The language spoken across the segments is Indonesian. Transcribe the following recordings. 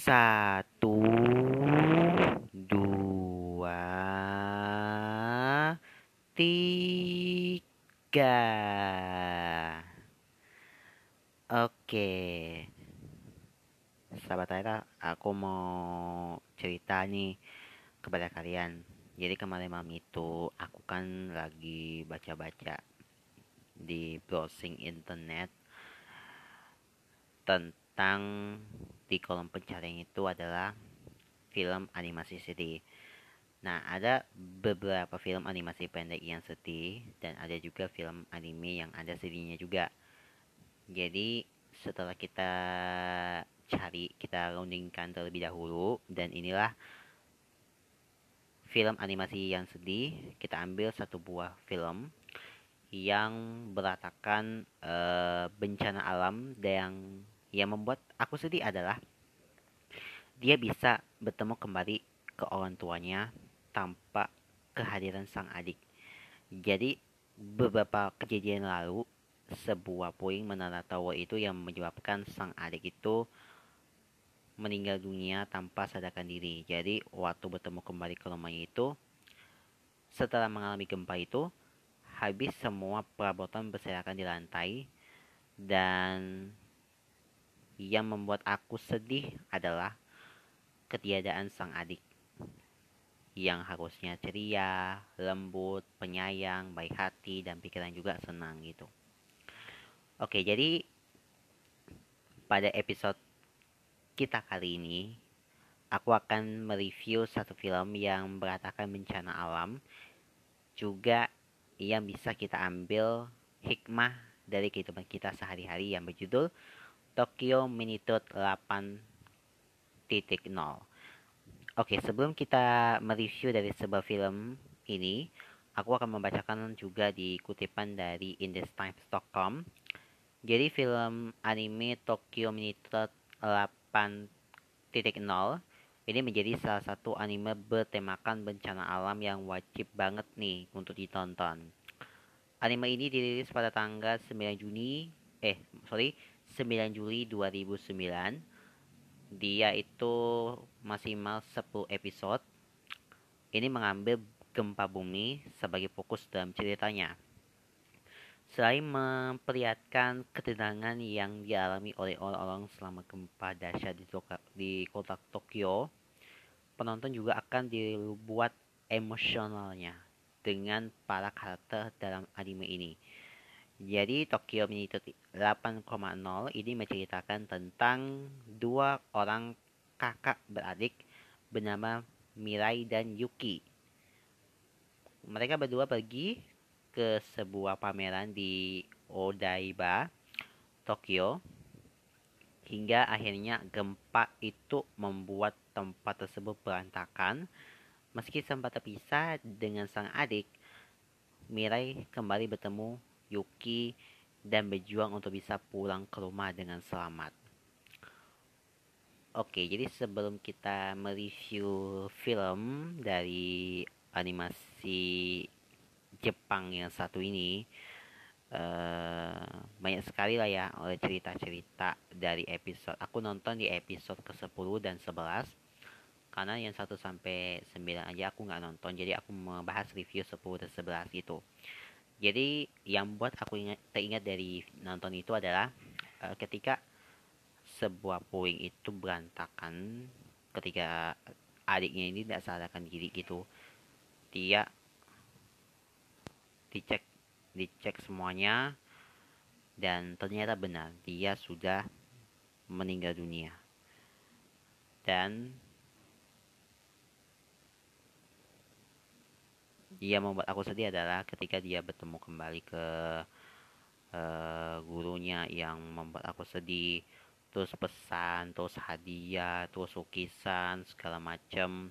Satu, dua, tiga. Oke, sahabat Aira, aku mau cerita nih kepada kalian. Jadi kemarin malam itu aku kan lagi baca-baca di browsing internet tentang di kolom pencarian itu adalah film animasi sedih. Nah, ada beberapa film animasi pendek yang sedih dan ada juga film anime yang ada sedihnya juga. Jadi, setelah kita cari, kita rundingkan terlebih dahulu dan inilah film animasi yang sedih. Kita ambil satu buah film yang beratakan bencana alam dan yang membuat aku sedih adalah dia bisa bertemu kembali ke orang tuanya tanpa kehadiran sang adik. Jadi beberapa kejadian lalu sebuah puing menara tower itu yang menyebabkan sang adik itu meninggal dunia tanpa sadarkan diri. Jadi waktu bertemu kembali ke rumahnya itu setelah mengalami gempa itu habis semua perabotan berserakan di lantai dan yang membuat aku sedih adalah ketiadaan sang adik yang harusnya ceria, lembut, penyayang, baik hati, dan pikiran juga senang gitu. Oke, jadi pada episode kita kali ini, aku akan mereview satu film yang beratakan bencana alam, juga yang bisa kita ambil hikmah dari kehidupan kita sehari-hari yang berjudul Tokyo Minitude 8.0. Oke, sebelum kita mereview dari sebuah film ini, aku akan membacakan juga di kutipan dari indextimes.com. Jadi film anime Tokyo Minitude 8.0 ini menjadi salah satu anime bertemakan bencana alam yang wajib banget nih untuk ditonton. Anime ini dirilis pada tanggal 9 Juli 2009. Dia itu maksimal 10 episode. Ini mengambil gempa bumi sebagai fokus dalam ceritanya. Selain memperlihatkan ketegangan yang dialami oleh orang-orang selama gempa dahsyat di kota Tokyo, penonton juga akan dibuat emosionalnya dengan para karakter dalam anime ini. Jadi Tokyo Minitude 8.0 ini menceritakan tentang dua orang kakak beradik bernama Mirai dan Yuki. Mereka berdua pergi ke sebuah pameran di Odaiba, Tokyo, hingga akhirnya gempa itu membuat tempat tersebut berantakan. Meski sempat terpisah dengan sang adik, Mirai kembali bertemu Yuki dan berjuang untuk bisa pulang ke rumah dengan selamat. Oke, jadi sebelum kita mereview film dari animasi Jepang yang satu ini, banyak sekali lah ya cerita-cerita dari episode. Aku nonton di episode ke-10 dan 11 karena yang 1 sampai 9 aja aku nggak nonton. Jadi aku membahas review 10 dan 11 itu. Jadi yang buat aku teringat dari nonton itu adalah ketika sebuah puing itu berantakan ketika adiknya ini tidak sadarkan diri gitu. Dia dicek dicek semuanya dan ternyata benar dia sudah meninggal dunia. Dan yang membuat aku sedih adalah ketika dia bertemu kembali ke gurunya yang membuat aku sedih, terus pesan, terus hadiah, terus lukisan segala macam.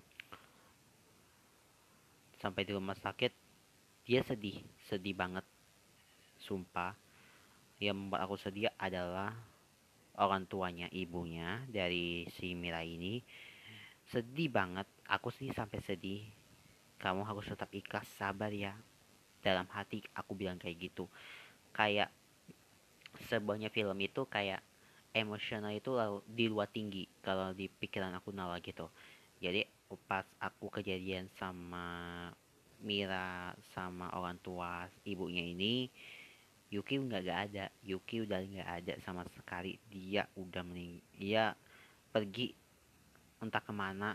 Sampai di rumah sakit dia sedih, sedih banget, sumpah. Yang membuat aku sedih adalah orang tuanya, ibunya dari si Mira ini. Sedih banget, aku sih sampai sedih. Kamu harus tetap ikhlas, sabar ya. Dalam hati aku bilang kayak gitu. Kayak sebuahnya film itu kayak emosional itu di luar tinggi kalau di pikiran aku Nala gitu. Jadi pas aku kejadian sama Mira sama orang tua ibunya ini, Yuki nggak ada, Yuki udah nggak ada sama sekali, dia udah dia pergi entah kemana.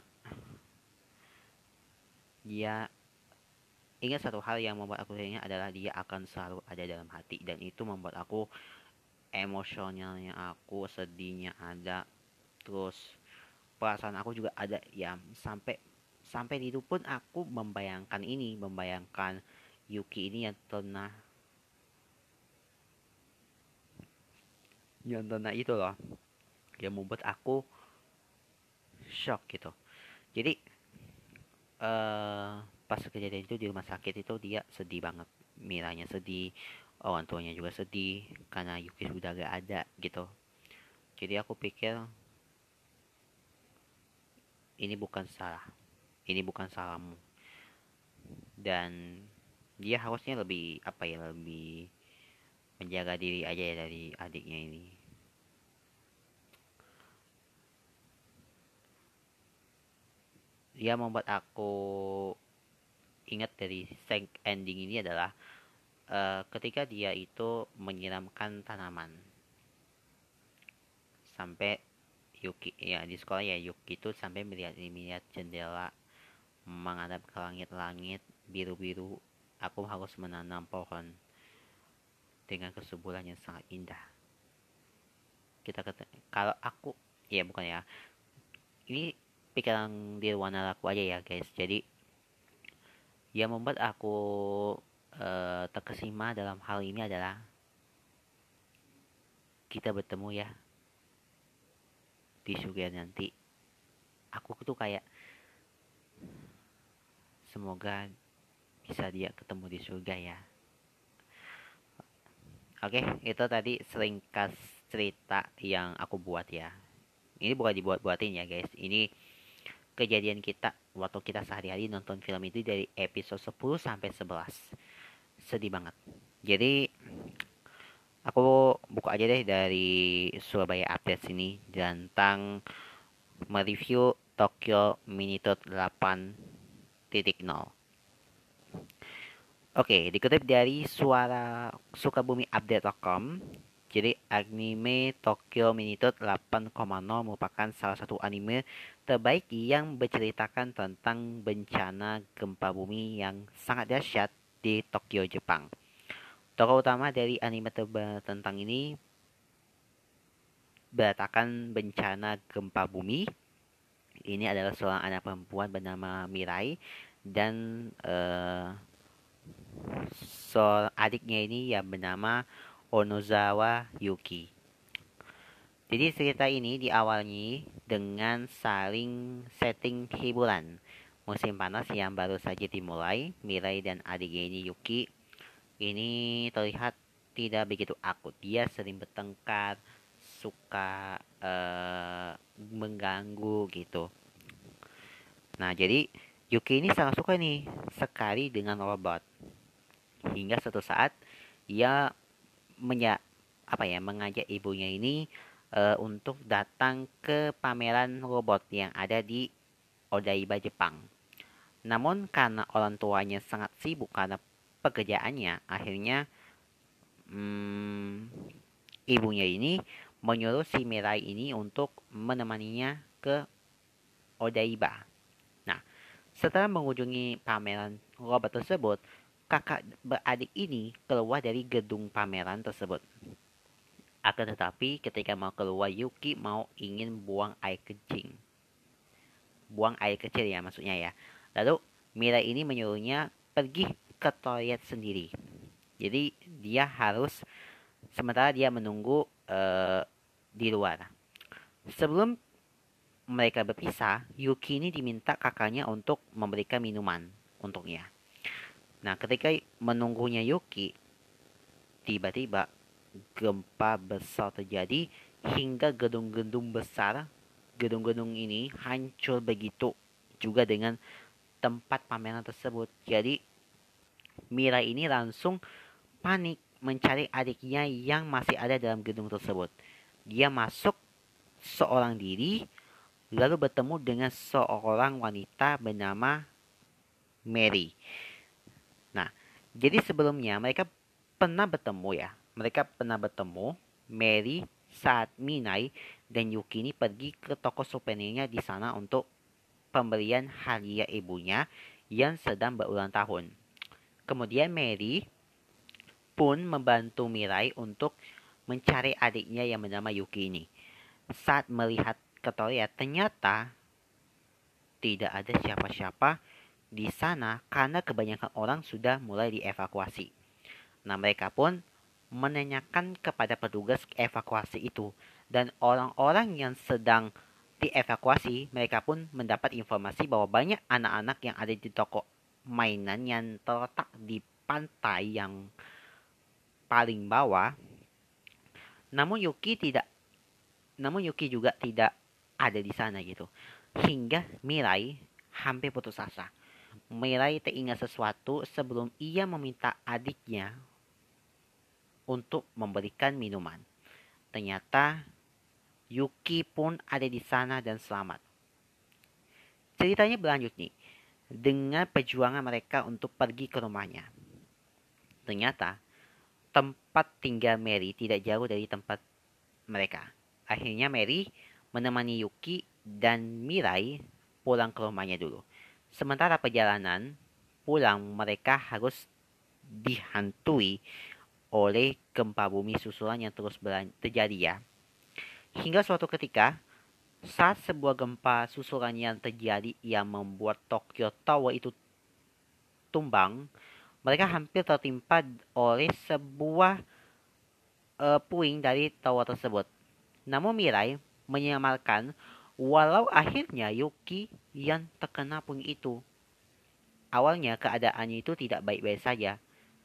Dia ingat satu hal yang membuat aku kayaknya adalah dia akan selalu ada dalam hati, dan itu membuat aku emosionalnya, aku sedihnya ada, terus perasaan aku juga ada ya, sampai sampai itu pun aku membayangkan Yuki ini yang pernah itu loh, yang membuat aku shock gitu. Jadi pas kejadian itu di rumah sakit itu dia sedih banget, Miranya sedih, orang tuanya juga sedih karena Yuki sudah gak ada gitu. Jadi aku pikir ini bukan salah, ini bukan salahmu, dan dia harusnya lebih apa ya, lebih menjaga diri aja ya dari adiknya ini. Dia membuat aku ingat dari ending ini adalah ketika dia itu menyiramkan tanaman sampai Yuki ya di sekolah ya, Yuki itu sampai melihat jendela menghadap ke langit-langit biru-biru. Aku harus menanam pohon dengan kesuburan yang sangat indah. Kalau aku ya bukan ya, ini pikiran di luar aku aja ya guys. Jadi yang membuat aku terkesima dalam hal ini adalah kita bertemu ya di surga nanti. Aku tuh kayak semoga bisa dia ketemu di surga ya. Oke, itu tadi seringkas cerita yang aku buat ya. Ini bukan dibuat-buatin ya guys. Ini kejadian kita waktu kita sehari-hari nonton film itu dari episode 10 sampai 11. Sedih banget. Jadi aku buka aja deh dari Surabaya Update sini tentang mereview Tokyo Minitude 8.0. Oke, dikutip dari suara Sukabumi Update.com. Jadi anime Tokyo Minitude 8,0 merupakan salah satu anime terbaik yang berceritakan tentang bencana gempa bumi yang sangat dahsyat di Tokyo, Jepang. Tokoh utama dari anime tentang ini beratakan bencana gempa bumi. Ini adalah seorang anak perempuan bernama Mirai dan adiknya ini yang bernama Onozawa Yuki. Jadi cerita ini diawali dengan saling setting hiburan. Musim panas yang baru saja dimulai, Mirai dan adiknya ini Yuki ini terlihat tidak begitu akut. Dia sering bertengkar, suka mengganggu gitu. Nah, jadi Yuki ini sangat suka nih sekali dengan robot. Hingga suatu saat ia mengajak ibunya ini untuk datang ke pameran robot yang ada di Odaiba, Jepang. Namun karena orang tuanya sangat sibuk karena pekerjaannya, akhirnya ibunya ini menyuruh si Mirai ini untuk menemaninya ke Odaiba. Nah, setelah mengunjungi pameran robot tersebut, kakak beradik ini keluar dari gedung pameran tersebut. Akan tetapi ketika mau keluar, Yuki ingin buang air kencing. Buang air kecil ya maksudnya ya. Lalu Mira ini menyuruhnya pergi ke toilet sendiri. Jadi sementara dia menunggu di luar. Sebelum mereka berpisah, Yuki ini diminta kakaknya untuk memberikan minuman untuknya. Nah, ketika menunggunya Yuki, tiba-tiba gempa besar terjadi hingga gedung-gedung ini hancur begitu juga dengan tempat pameran tersebut. Jadi Mira ini langsung panik mencari adiknya yang masih ada dalam gedung tersebut. Dia masuk seorang diri lalu bertemu dengan seorang wanita bernama Mary. Nah, jadi sebelumnya mereka pernah bertemu ya. Mereka pernah bertemu Mary saat Minai dan Yuki ini pergi ke toko souvenirnya di sana untuk pemberian hadiah ibunya yang sedang berulang tahun. Kemudian Mary pun membantu Mirai untuk mencari adiknya yang bernama Yuki ini. Saat melihat ke toilet, ternyata tidak ada siapa-siapa di sana karena kebanyakan orang sudah mulai dievakuasi. Nah, mereka pun menanyakan kepada petugas evakuasi itu dan orang-orang yang sedang dievakuasi, mereka pun mendapat informasi bahwa banyak anak-anak yang ada di toko mainan yang terletak di pantai yang paling bawah. Namun Yuki juga tidak ada di sana gitu. Hingga Mirai hampir putus asa. Mirai teringat sesuatu sebelum ia meminta adiknya untuk memberikan minuman. Ternyata Yuki pun ada di sana dan selamat. Ceritanya berlanjut nih, dengan perjuangan mereka untuk pergi ke rumahnya. Ternyata tempat tinggal Mary tidak jauh dari tempat mereka. Akhirnya Mary menemani Yuki dan Mirai pulang ke rumahnya dulu. Sementara perjalanan pulang mereka harus dihantui oleh gempa bumi susulan yang terus terjadi ya. Hingga suatu ketika, saat sebuah gempa susulan yang terjadi yang membuat Tokyo Tower itu tumbang, mereka hampir tertimpa oleh sebuah puing dari tower tersebut. Namun Mirai menyamarkan walau akhirnya Yuki yang terkena puing itu. Awalnya keadaannya itu tidak baik-baik saja.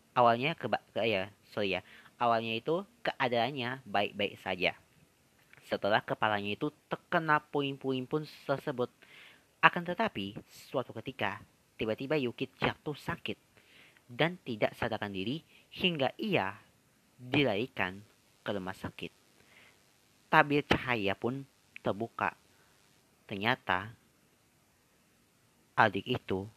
Awalnya itu keadaannya baik-baik saja. Setelah kepalanya itu terkena puing-puing pun tersebut. Akan tetapi, suatu ketika, tiba-tiba Yuki jatuh sakit dan tidak sadarkan diri hingga ia dilarikan ke rumah sakit. Tabir cahaya pun terbuka. Ternyata adik itu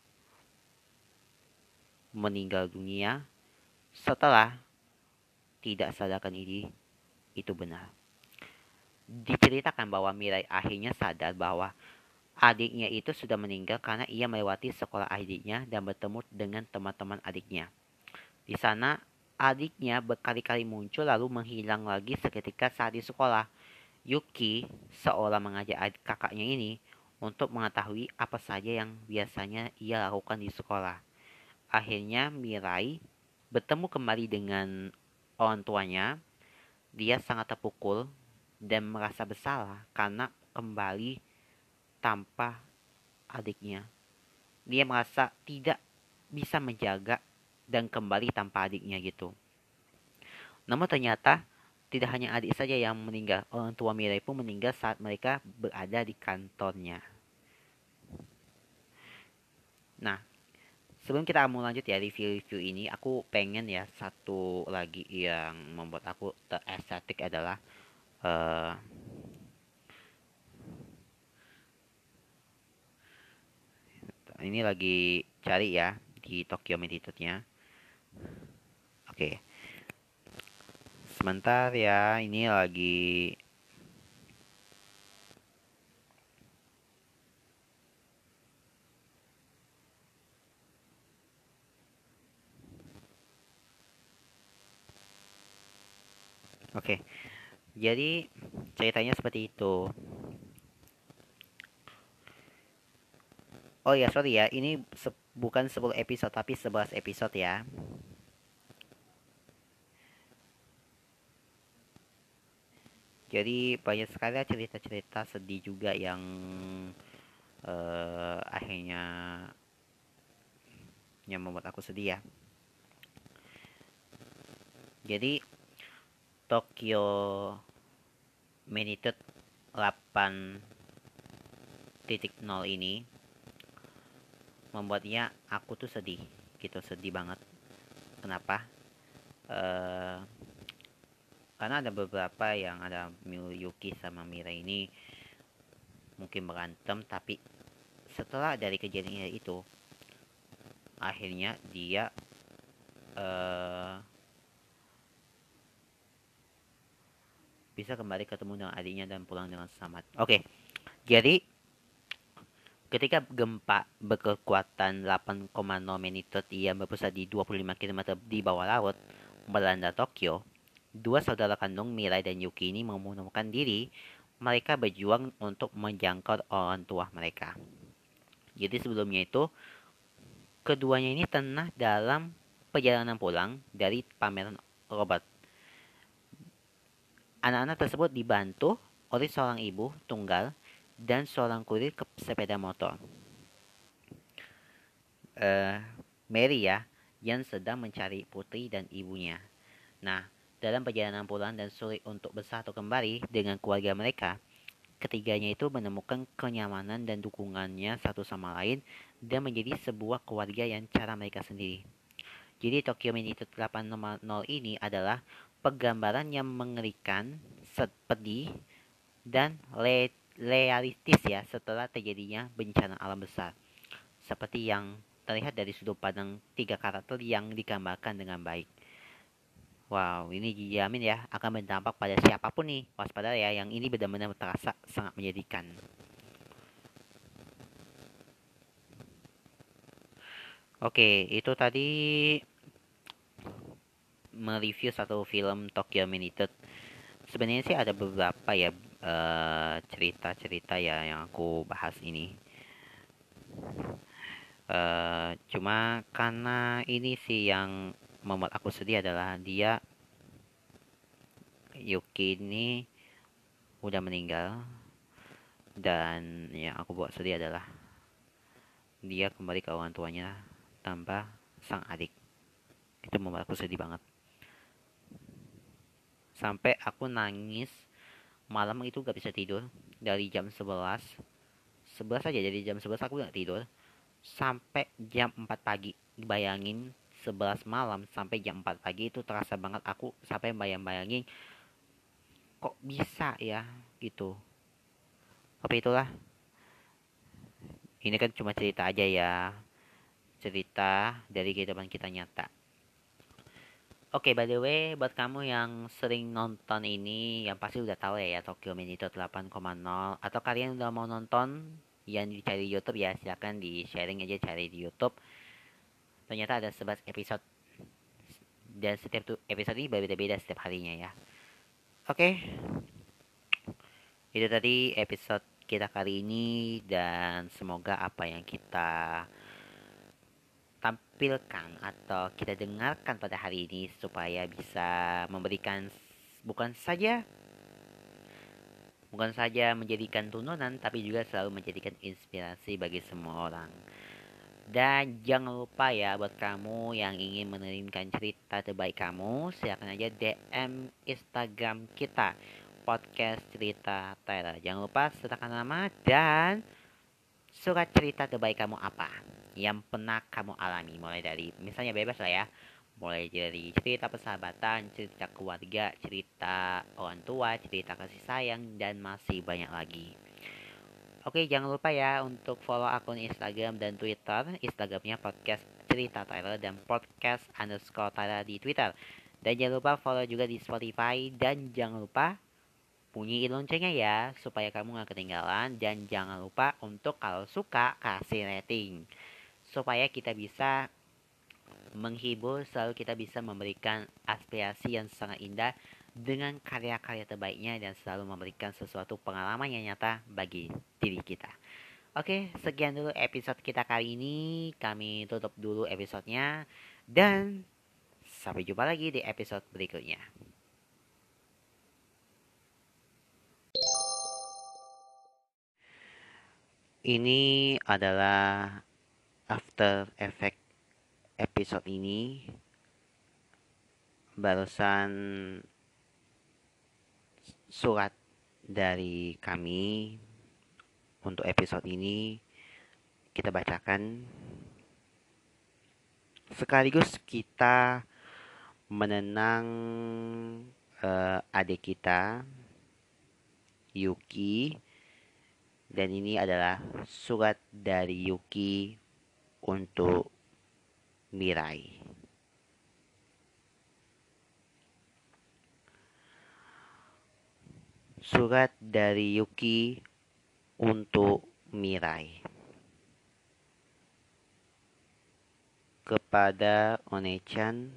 meninggal dunia setelah tidak sadarkan diri. Itu benar. Diceritakan bahwa Mirai akhirnya sadar bahwa adiknya itu sudah meninggal karena ia melewati sekolah adiknya dan bertemu dengan teman-teman adiknya. Di sana, adiknya berkali-kali muncul lalu menghilang lagi seketika saat di sekolah. Yuki seolah mengajak kakaknya ini untuk mengetahui apa saja yang biasanya ia lakukan di sekolah. Akhirnya Mirai bertemu kembali dengan orang tuanya. Dia sangat terpukul dan merasa bersalah karena kembali tanpa adiknya. Dia merasa tidak bisa menjaga dan kembali tanpa adiknya gitu. Namun ternyata tidak hanya adik saja yang meninggal, orang tua Mirai pun meninggal saat mereka berada di kantornya. Nah, sebelum kita mau lanjut ya review-review ini, aku pengen ya satu lagi yang membuat aku terestetik adalah uh, ini lagi cari ya di Tokyo Institute-nya. Oke. Sebentar ya, ini lagi Oke. Jadi ceritanya seperti itu. Oh ya, sorry ya. Ini bukan 10 episode tapi 11 episode ya. Jadi banyak sekali cerita-cerita sedih juga yang akhirnya yang membuat aku sedih ya. Jadi Tokyo Minitude 8.0 ini membuatnya aku tuh sedih gitu, sedih banget. Kenapa? karena ada beberapa yang ada Yuki sama Mira ini mungkin berantem, tapi setelah dari kejadian itu akhirnya dia bisa kembali ketemu dengan adiknya dan pulang dengan selamat. Oke, jadi ketika gempa berkekuatan 8,0 magnitudo yang berpusat di 25 km di bawah laut melanda Tokyo, dua saudara kandung Mirai dan Yuki ini menemukan diri mereka berjuang untuk menjangkau orang tua mereka. Jadi sebelumnya itu keduanya ini tengah dalam perjalanan pulang dari pameran robot. Anak-anak tersebut dibantu oleh seorang ibu tunggal dan seorang kurir sepeda motor. Mary ya, yang sedang mencari putri dan ibunya. Nah, dalam perjalanan pulang dan sulit untuk bersatu kembali dengan keluarga mereka, ketiganya itu menemukan kenyamanan dan dukungannya satu sama lain dan menjadi sebuah keluarga yang cara mereka sendiri. Jadi Tokyo Magnitude 8,0 ini adalah penggambaran yang mengerikan, pedih, dan realistis ya setelah terjadinya bencana alam besar. Seperti yang terlihat dari sudut pandang tiga karakter yang digambarkan dengan baik. Wow, ini dijamin ya akan berdampak pada siapapun nih. Waspada ya, yang ini benar-benar terasa sangat menyedihkan. Oke, itu tadi mereview satu film Tokyo Magnitude. Sebenarnya sih ada beberapa ya cerita-cerita ya yang aku bahas ini. Cuma karena ini sih yang membuat aku sedih adalah dia Yuki ini udah meninggal, dan yang aku buat sedih adalah dia kembali ke orang tuanya tanpa sang adik. Itu membuat aku sedih banget. Sampai aku nangis malam itu gak bisa tidur dari jam 11 aja, dari jam 11 aku gak tidur sampai jam 4 pagi. Bayangin 11 malam sampai jam 4 pagi itu terasa banget. Aku sampai bayang-bayangin kok bisa ya gitu. Tapi itulah, ini kan cuma cerita aja ya, cerita dari kehidupan kita nyata. Oke, by the way, buat kamu yang sering nonton ini, yang pasti udah tahu ya Tokyo Magnitude 8,0. Atau kalian udah mau nonton yang dicari di YouTube ya, silakan di sharing aja, cari di YouTube. Ternyata ada 11 episode dan setiap episode ini berbeda-beda setiap harinya ya. Oke, itu tadi episode kita kali ini, dan semoga apa yang kita tampilkan atau kita dengarkan pada hari ini supaya bisa memberikan bukan saja menjadikan tuntunan, tapi juga selalu menjadikan inspirasi bagi semua orang. Dan jangan lupa ya, buat kamu yang ingin mengirimkan cerita terbaik kamu, silakan aja DM Instagram kita, podcast cerita Tyler. Jangan lupa sertakan nama dan surat cerita terbaik kamu apa yang pernah kamu alami. Mulai dari, misalnya bebas lah ya, mulai dari cerita persahabatan, cerita keluarga, cerita orang tua, cerita kasih sayang, dan masih banyak lagi. Oke, jangan lupa ya untuk follow akun Instagram dan Twitter. Instagramnya podcast cerita Tyler dan podcast underscore Tyler di Twitter. Dan jangan lupa follow juga di Spotify. Dan jangan lupa bunyiin loncengnya ya, supaya kamu gak ketinggalan. Dan jangan lupa untuk kalau suka kasih rating, supaya kita bisa menghibur, selalu kita bisa memberikan aspirasi yang sangat indah dengan karya-karya terbaiknya, dan selalu memberikan sesuatu pengalaman yang nyata bagi diri kita. Oke, sekian dulu episode kita kali ini. Kami tutup dulu episodenya, dan sampai jumpa lagi di episode berikutnya. Ini adalah after effect episode ini. Barusan surat dari kami untuk episode ini kita bacakan, sekaligus kita menenang adik kita Yuki, dan ini adalah surat dari Yuki untuk Mirai. Surat dari Yuki untuk Mirai. Kepada One-chan,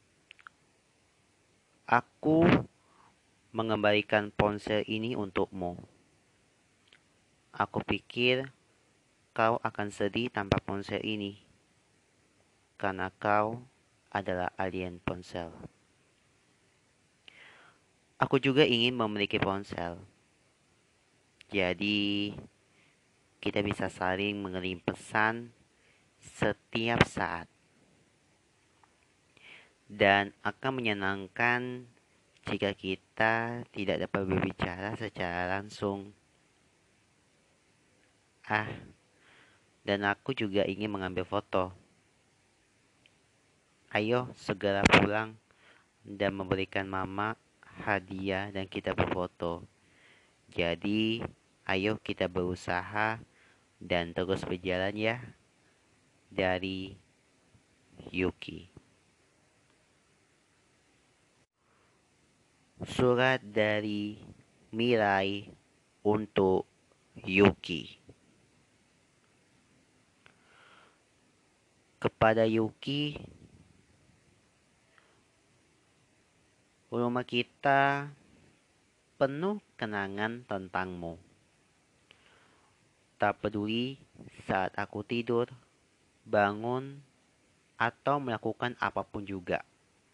aku mengembalikan ponsel ini untukmu. Aku pikir kau akan sedih tanpa ponsel ini, karena kau adalah alien ponsel. Aku juga ingin memiliki ponsel. Jadi, kita bisa saling mengirim pesan setiap saat. Dan akan menyenangkan jika kita tidak dapat berbicara secara langsung. Dan aku juga ingin mengambil foto. Ayo segera pulang dan memberikan mama hadiah dan kita berfoto. Jadi, ayo kita berusaha dan terus berjalan ya. Dari Yuki. Surat dari Mirai untuk Yuki. Kepada Yuki, rumah kita penuh kenangan tentangmu. Tak peduli saat aku tidur, bangun, atau melakukan apapun juga.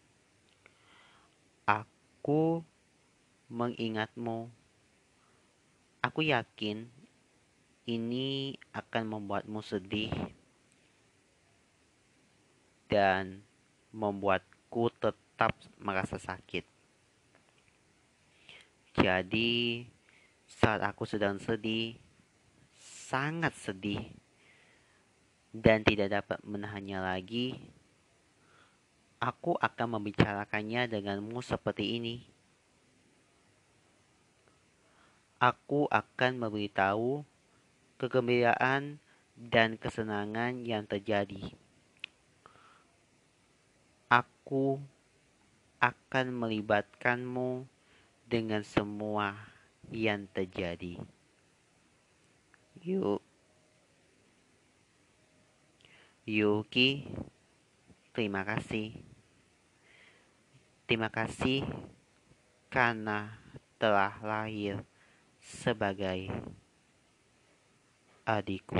Aku mengingatmu. Aku yakin ini akan membuatmu sedih dan membuatku tetap merasa sakit. Jadi, saat aku sedang sedih, sangat sedih, dan tidak dapat menahannya lagi, aku akan membicarakannya denganmu seperti ini. Aku akan memberitahu kegembiraan dan kesenangan yang terjadi. Aku akan melibatkanmu dengan semua yang terjadi. Yuki, terima kasih. Terima kasih karena telah lahir sebagai adikku.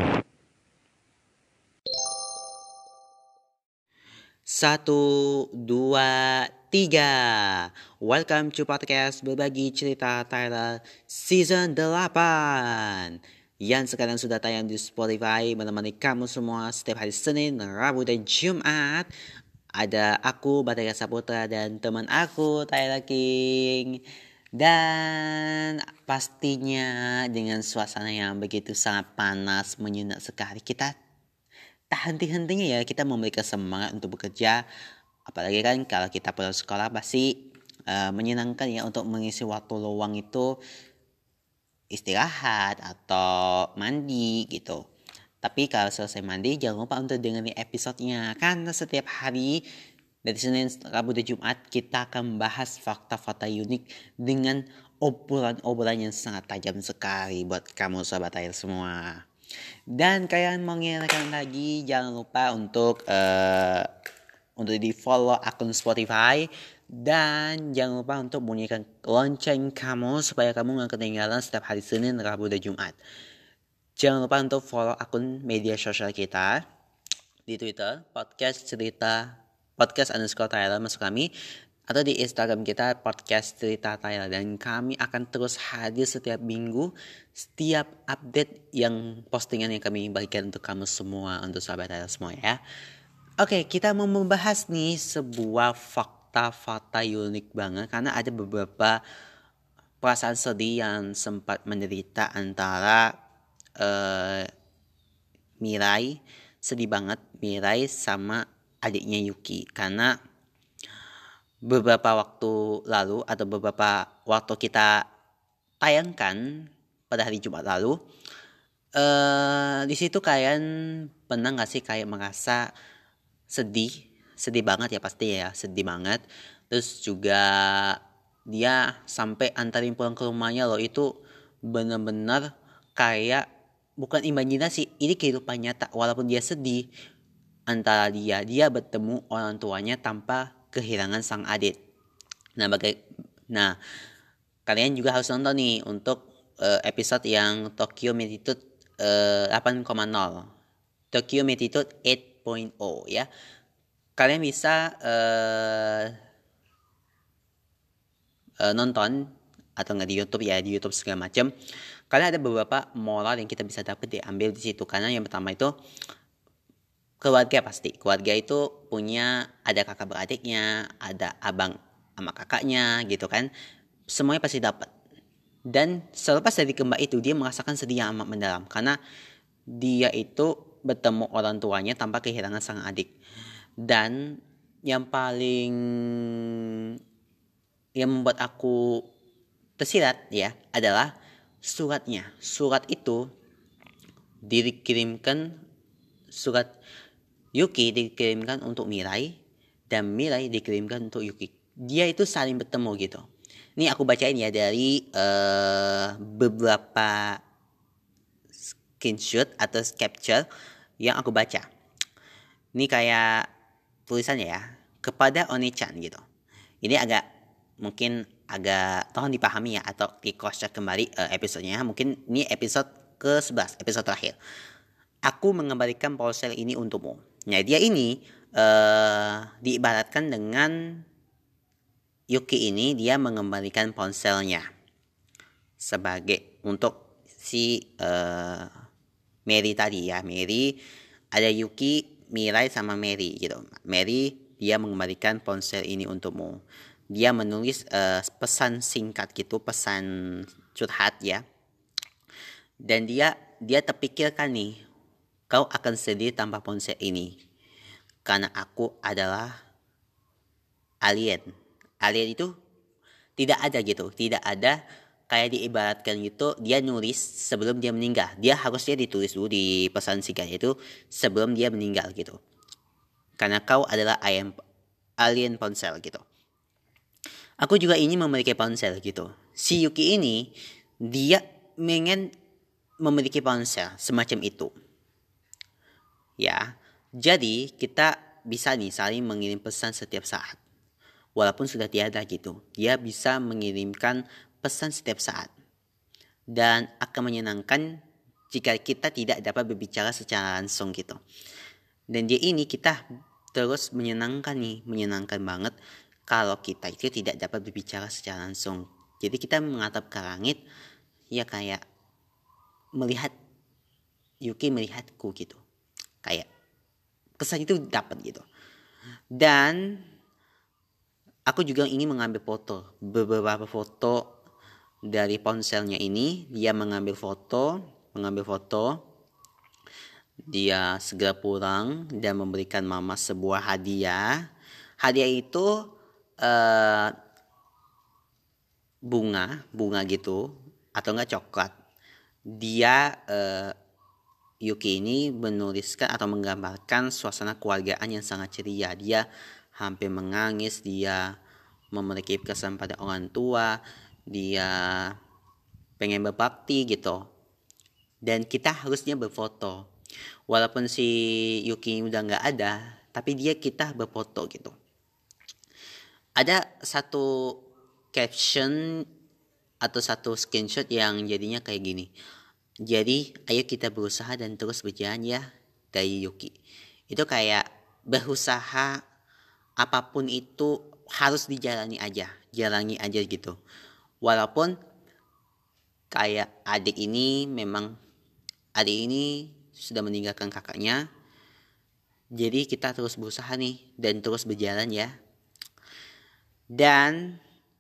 1, 2, 3. Welcome to podcast Berbagi Cerita Tyler Season 8 yang sekarang sudah tayang di Spotify, menemani kamu semua setiap hari Senin, Rabu, dan Jumat. Ada aku, Batega Saputra, dan teman aku, Tyler King. Dan pastinya dengan suasana yang begitu sangat panas, menyengat sekali, kita tak henti-hentinya ya kita memberikan semangat untuk bekerja. Apalagi kan kalau kita pulang sekolah pasti menyenangkan ya untuk mengisi waktu luang itu istirahat atau mandi gitu. Tapi kalau selesai mandi jangan lupa untuk dengerin episodenya, karena setiap hari dari Senin, Rabu, dan Jumat kita akan membahas fakta-fakta unik dengan obrolan-obrolan yang sangat tajam sekali buat kamu sahabat air semua. Dan kalian mau mengingatkan lagi, jangan lupa untuk di follow akun Spotify, dan jangan lupa untuk bunyikan lonceng kamu supaya kamu gak ketinggalan setiap hari Senin, Rabu, dan Jumat. Jangan lupa untuk follow akun media sosial kita di Twitter, podcast_Tyler masuk kami, atau di Instagram kita podcast cerita Tyler, dan kami akan terus hadir setiap minggu, setiap update yang postingan yang kami bagikan untuk kamu semua, untuk sahabat Tyler semua ya. Oke, kita mau membahas nih sebuah fakta-fakta unik banget, karena ada beberapa perasaan sedih yang sempat menderita antara Mirai, sedih banget Mirai sama adiknya Yuki, karena beberapa waktu lalu atau beberapa waktu kita tayangkan pada hari Jumat lalu, di situ kalian pernah nggak sih kayak merasa sedih banget ya, pasti ya, sedih banget. Terus juga dia sampai antarin pulang ke rumahnya loh, itu bener-bener kayak bukan imajinasi, ini kehidupan nyata. Walaupun dia sedih, antara dia bertemu orang tuanya tanpa kehilangan sang adik. Nah, kalian juga harus nonton nih untuk episode yang Tokyo Attitude 8,0. Tokyo Attitude 8.0 ya. Kalian bisa nonton atau nggak di YouTube ya, di YouTube segala macam. Karena ada beberapa moral yang kita bisa dapat diambil di situ. Karena yang pertama itu keluarga, pasti keluarga itu punya, ada kakak beradiknya, ada abang sama kakaknya gitu kan, semuanya pasti dapat. Dan selepas dari kembar itu, dia merasakan sedih yang amat mendalam karena dia itu bertemu orang tuanya tanpa kehilangan sang adik. Dan yang paling yang membuat aku tersirat ya adalah suratnya. Surat itu dikirimkan, surat Yuki dikirimkan untuk Mirai dan Mirai dikirimkan untuk Yuki. Dia itu saling bertemu gitu. Ini aku bacain ya dari beberapa screenshot atau capture yang aku baca. Ini kayak tulisannya ya, kepada Oni-chan gitu. Ini mungkin agak tolong dipahami ya, atau di cross check kembali episodenya. Mungkin ini episode ke-11, episode terakhir. Aku mengembalikan ponsel ini untukmu. Nah, dia ini diibaratkan dengan Yuki ini, dia mengembalikan ponselnya sebagai untuk si Mary tadi ya. Mary, ada Yuki, Mirai sama Mary gitu. Mary, dia mengembalikan ponsel ini untukmu. Dia menulis pesan singkat gitu, pesan curhat ya. Dan dia terpikirkan nih, kau akan sedih tanpa ponsel ini. Karena aku adalah alien. Alien itu tidak ada gitu. Tidak ada, kayak diibaratkan gitu, dia nulis sebelum dia meninggal. Dia harusnya ditulis dulu di pesan singkat itu sebelum dia meninggal gitu. Karena kau adalah alien ponsel gitu. Aku juga ingin memiliki ponsel gitu. Si Yuki ini, dia ingin memiliki ponsel semacam itu. Ya, jadi kita bisa nih saling mengirim pesan setiap saat. Walaupun sudah tiada gitu, dia bisa mengirimkan pesan setiap saat. Dan akan menyenangkan jika kita tidak dapat berbicara secara langsung gitu. Dan dia ini kita terus menyenangkan banget kalau kita itu tidak dapat berbicara secara langsung. Jadi kita mengatap ke langit, ya kayak melihat Yuki melihatku gitu. Kayak kesan itu dapat gitu. Dan aku juga ingin mengambil beberapa foto dari ponselnya ini. Dia mengambil foto. Dia segera pulang dan memberikan mama sebuah hadiah. Hadiah itu bunga gitu, atau enggak coklat. Dia Yuki ini menuliskan atau menggambarkan suasana keluargaan yang sangat ceria. Dia hampir menangis, dia memiliki kesan pada orang tua, dia pengen berbakti gitu. Dan kita harusnya berfoto. Walaupun si Yuki udah gak ada, tapi kita berfoto gitu. Ada satu caption atau satu screenshot yang jadinya kayak gini. Jadi ayo kita berusaha dan terus berjalan ya, dari Yuki. Itu kayak berusaha apapun itu harus jalani aja gitu. Walaupun kayak adik ini sudah meninggalkan kakaknya. Jadi kita terus berusaha nih dan terus berjalan ya. Dan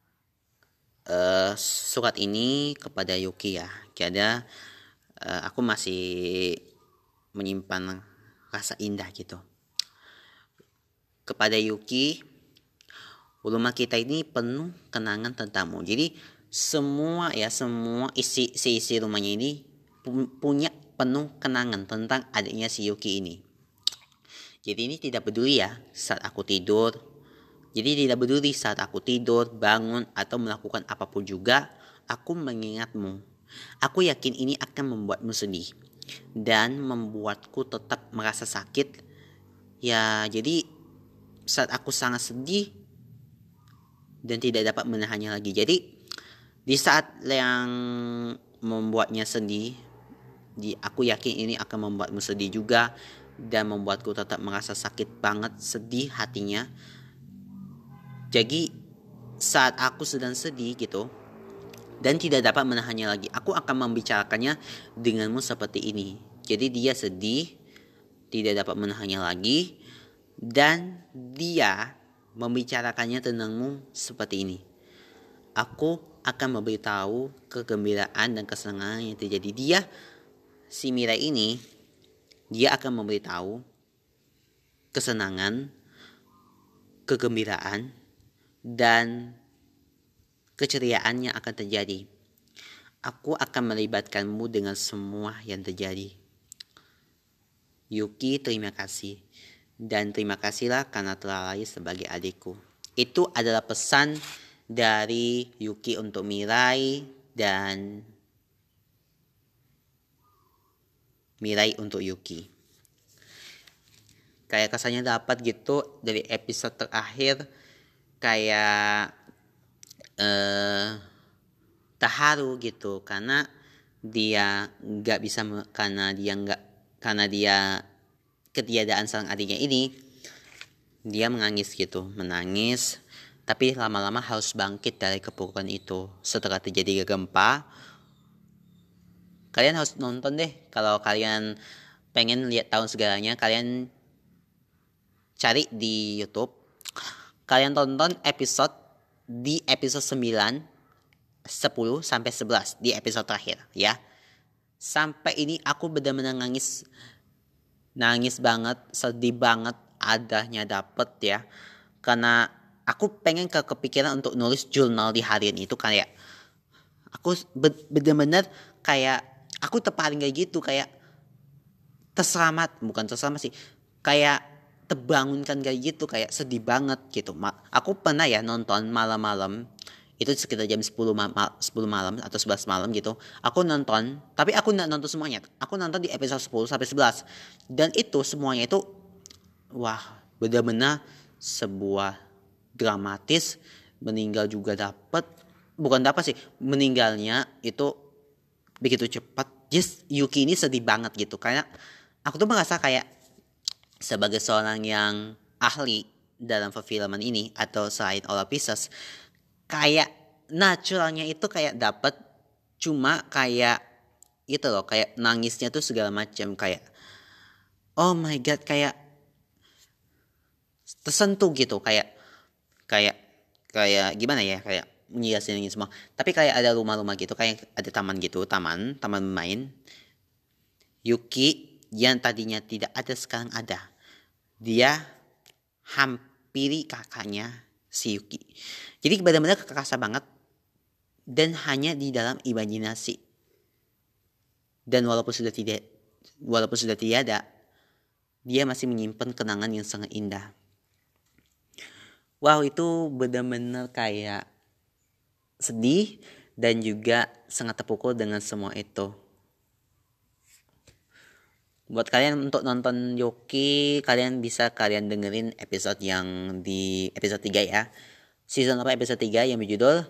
surat ini kepada Yuki ya. Karena aku masih menyimpan rasa indah gitu. Kepada Yuki, Rumah kita ini penuh kenangan tentangmu. Jadi semua isi rumahnya ini punya penuh kenangan tentang adiknya si Yuki ini. Jadi ini tidak peduli ya saat aku tidur. Jadi tidak peduli saat aku tidur, bangun, atau melakukan apapun juga, aku mengingatmu. Aku yakin ini akan membuatmu sedih dan membuatku tetap merasa sakit. Ya, jadi saat aku sangat sedih dan tidak dapat menahannya lagi. Jadi di saat yang membuatnya sedih, aku yakin ini akan membuatmu sedih juga dan membuatku tetap merasa sakit banget, sedih hatinya. Jadi saat aku sedang sedih gitu dan tidak dapat menahannya lagi, aku akan membicarakannya denganmu seperti ini. Jadi dia sedih, tidak dapat menahannya lagi, dan dia membicarakannya tentangmu seperti ini. Aku akan memberitahu kegembiraan dan kesenangan yang terjadi. Dia, si Mira ini, dia akan memberitahu kesenangan, kegembiraan, dan keceriaan yang akan terjadi. Aku akan melibatkanmu dengan semua yang terjadi. Yuki, terima kasih. Dan terima kasihlah karena telah lahir sebagai adikku. Itu adalah pesan dari Yuki untuk Mirai dan Mirai untuk Yuki. Kayak kesannya dapat gitu dari episode terakhir, kayak terharu gitu karena dia nggak bisa karena dia ketiadaan sang adiknya ini, dia menangis menangis, tapi lama-lama harus bangkit dari kepurukan itu. Setelah terjadi gempa, kalian harus nonton deh. Kalau kalian pengen lihat tahun segalanya, kalian cari di YouTube, kalian tonton di episode 9, 10 sampai 11 di episode terakhir ya. Sampai ini aku benar-benar nangis banget, sedih banget, adanya dapet ya. Karena aku pengen kepikiran untuk nulis jurnal di harian itu, kayak aku benar-benar kayak aku terpaling kayak gitu, kayak bukan terselamat sih, kayak terbangunkan kayak gitu, kayak sedih banget gitu. Aku pernah ya nonton malam-malam itu sekitar jam 10 malam atau 11 malam gitu. Aku nonton, tapi aku nggak nonton semuanya. Aku nonton di episode 10 sampai 11. Dan itu semuanya itu wah, benar-benar sebuah dramatis. Meninggal juga meninggalnya itu begitu cepat. Just Yuki ini sedih banget gitu. Karena aku tuh merasa kayak sebagai seorang yang ahli dalam perfilman ini atau selain All Pieces, kayak naturalnya itu kayak dapet, cuma kayak itu loh, kayak nangisnya tuh segala macam, kayak oh my god, kayak tersentuh gitu, kayak gimana ya, kayak menjelasin ini semua. Tapi kayak ada rumah-rumah gitu, kayak ada taman gitu, taman bermain. Yuki yang tadinya tidak ada sekarang ada. Dia hampiri kakaknya si Yuki. Jadi benar-benar kerasa banget dan hanya di dalam imajinasi. Dan walaupun sudah tiada, dia masih menyimpan kenangan yang sangat indah. Wow, itu benar-benar kayak sedih dan juga sangat terpukul dengan semua itu. Buat kalian untuk nonton Yuki, kalian dengerin episode yang di episode 3 ya. Season episode 3 yang berjudul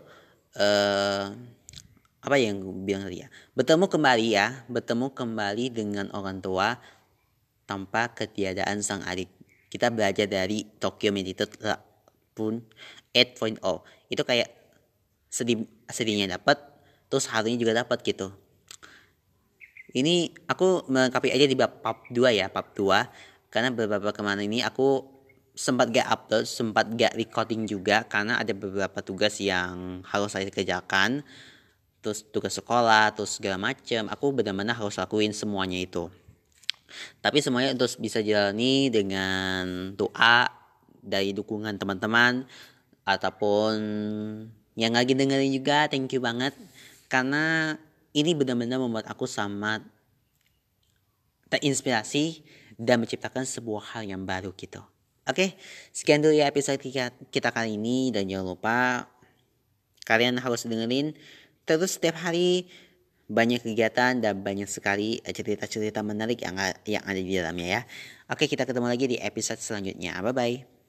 apa yang gue bilang tadi ya? Bertemu kembali dengan orang tua tanpa ketiadaan sang adik. Kita belajar dari Tokyo Meditated pun 8.0. Itu kayak sedihnya dapat, terus harunya juga dapat gitu. Ini aku melengkapi aja di bab 2 ya, bab 2. Karena beberapa kemarin ini aku sempat gak recording juga karena ada beberapa tugas yang harus saya kerjakan. Terus tugas sekolah, terus segala macam. Aku benar-benar harus lakuin semuanya itu. Tapi semuanya terus bisa jalani dengan doa dari dukungan teman-teman. ataupun yang lagi dengerin juga, thank you banget. Karena ini benar-benar membuat aku sangat terinspirasi dan menciptakan sebuah hal yang baru gitu. Oke, sekian dulu ya episode kita kali ini. Dan jangan lupa kalian harus dengerin terus setiap hari, banyak kegiatan dan banyak sekali cerita-cerita menarik yang ada di dalamnya ya. Oke, kita ketemu lagi di episode selanjutnya. Bye-bye.